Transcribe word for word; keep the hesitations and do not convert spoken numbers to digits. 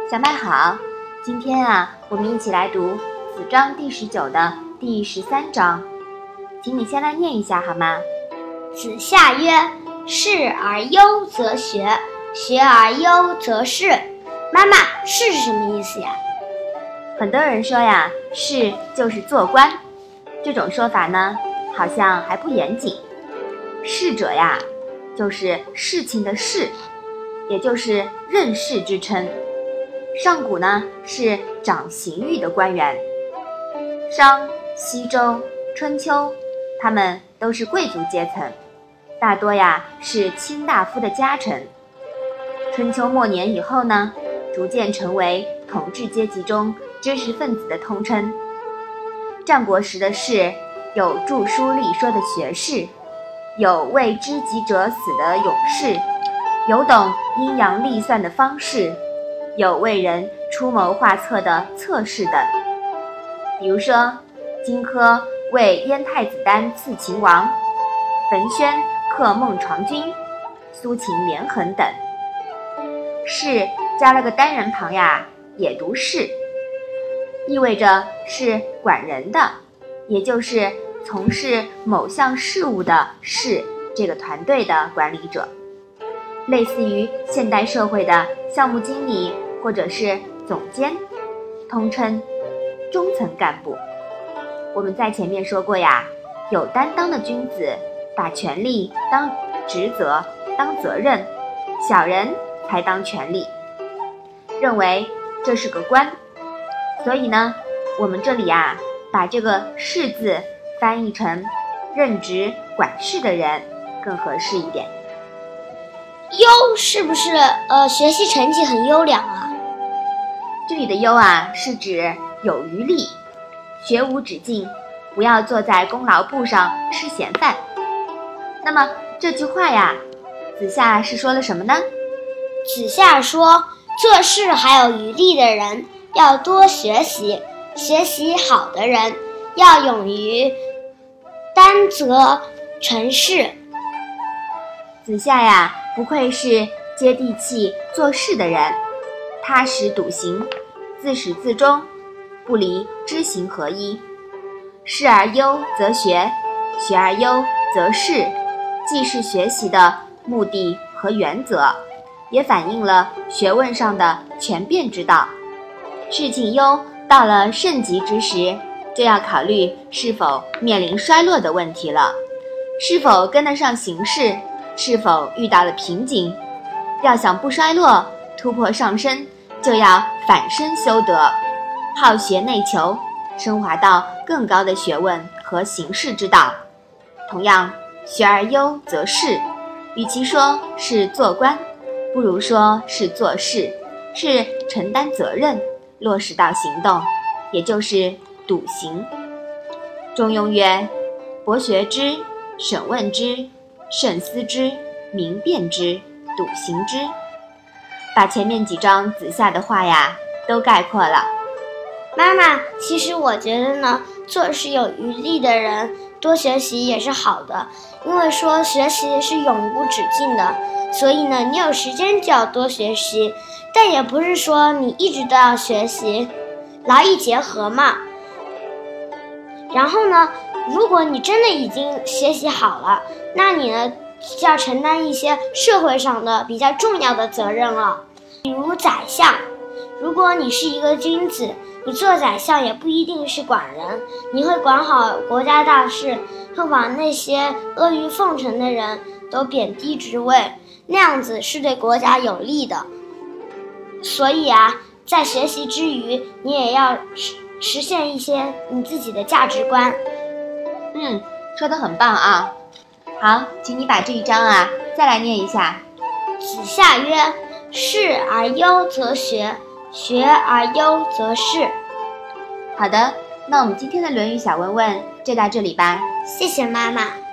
小麦好，今天啊，我们一起来读子章第十九的第十三章，请你先来念一下好吗？ 子夏曰：仕而优则学，学而优则仕。妈妈，仕是什么意思呀？ 很多人说呀，仕就是做官，这种说法呢，好像还不严谨。仕者呀，就是事情的事，也就是任事之称。上古呢是掌刑狱的官员，商、西周、春秋，他们都是贵族阶层，大多呀是卿大夫的家臣。春秋末年以后呢，逐渐成为统治阶级中知识分子的通称。战国时的士，有著书立说的学士，有为知己者死的勇士，有懂阴阳历算的方士，有为人出谋划策的策士等。比如说，荆轲为燕太子丹刺秦王，焚宣克孟尝君，苏秦连横等。士加了个单人旁呀，也读士，意味着是管人的，也就是从事某项事务的士这个团队的管理者，类似于现代社会的项目经理或者是总监，通称中层干部。我们在前面说过呀，有担当的君子把权力当职责当责任，小人才当权力，认为这是个官。所以呢，我们这里啊，把这个士字翻译成任职管事的人更合适一点。 优是不是呃学习成绩很优良啊？ 这里的优啊，是指有余力，学无止境，不要坐在功劳簿上吃闲饭。那么这句话呀，子夏是说了什么呢？ 子夏说，做事还有余力的人要多学习，学习好的人要勇于担责成事。 子夏呀，不愧是接地气做事的人，踏实笃行，自始自终，不离知行合一。仕而优则学，学而优则仕，既是学习的目的和原则，也反映了学问上的全变之道。事情优到了盛极之时，就要考虑是否面临衰落的问题了，是否跟得上形势，是否遇到了瓶颈。要想不衰落，突破上升，就要反身修德，好学内求，升华到更高的学问和行事之道。同样，学而优则仕，与其说是做官，不如说是做事，是承担责任，落实到行动，也就是笃行。中庸曰：博学之，审问之，慎思之，明辨之，笃行之。把前面几章子夏的话呀都概括了。 妈妈，其实我觉得呢，做事有余力的人多学习也是好的，因为说学习是永无止境的，所以呢，你有时间就要多学习，但也不是说你一直都要学习，劳逸结合嘛。然后呢，如果你真的已经学习好了，那你呢就要承担一些社会上的比较重要的责任了，比如宰相。如果你是一个君子，你做宰相也不一定是管人，你会管好国家大事，会把那些阿谀奉承的人都贬低职位，那样子是对国家有利的。所以啊，在学习之余，你也要实实现一些你自己的价值观。 嗯，说得很棒啊。好，请你把这一章啊再来念一下。 子夏曰：仕而优则学，学而优则仕。 好的，那我们今天的《论语》小问问就到这里吧。 谢谢妈妈。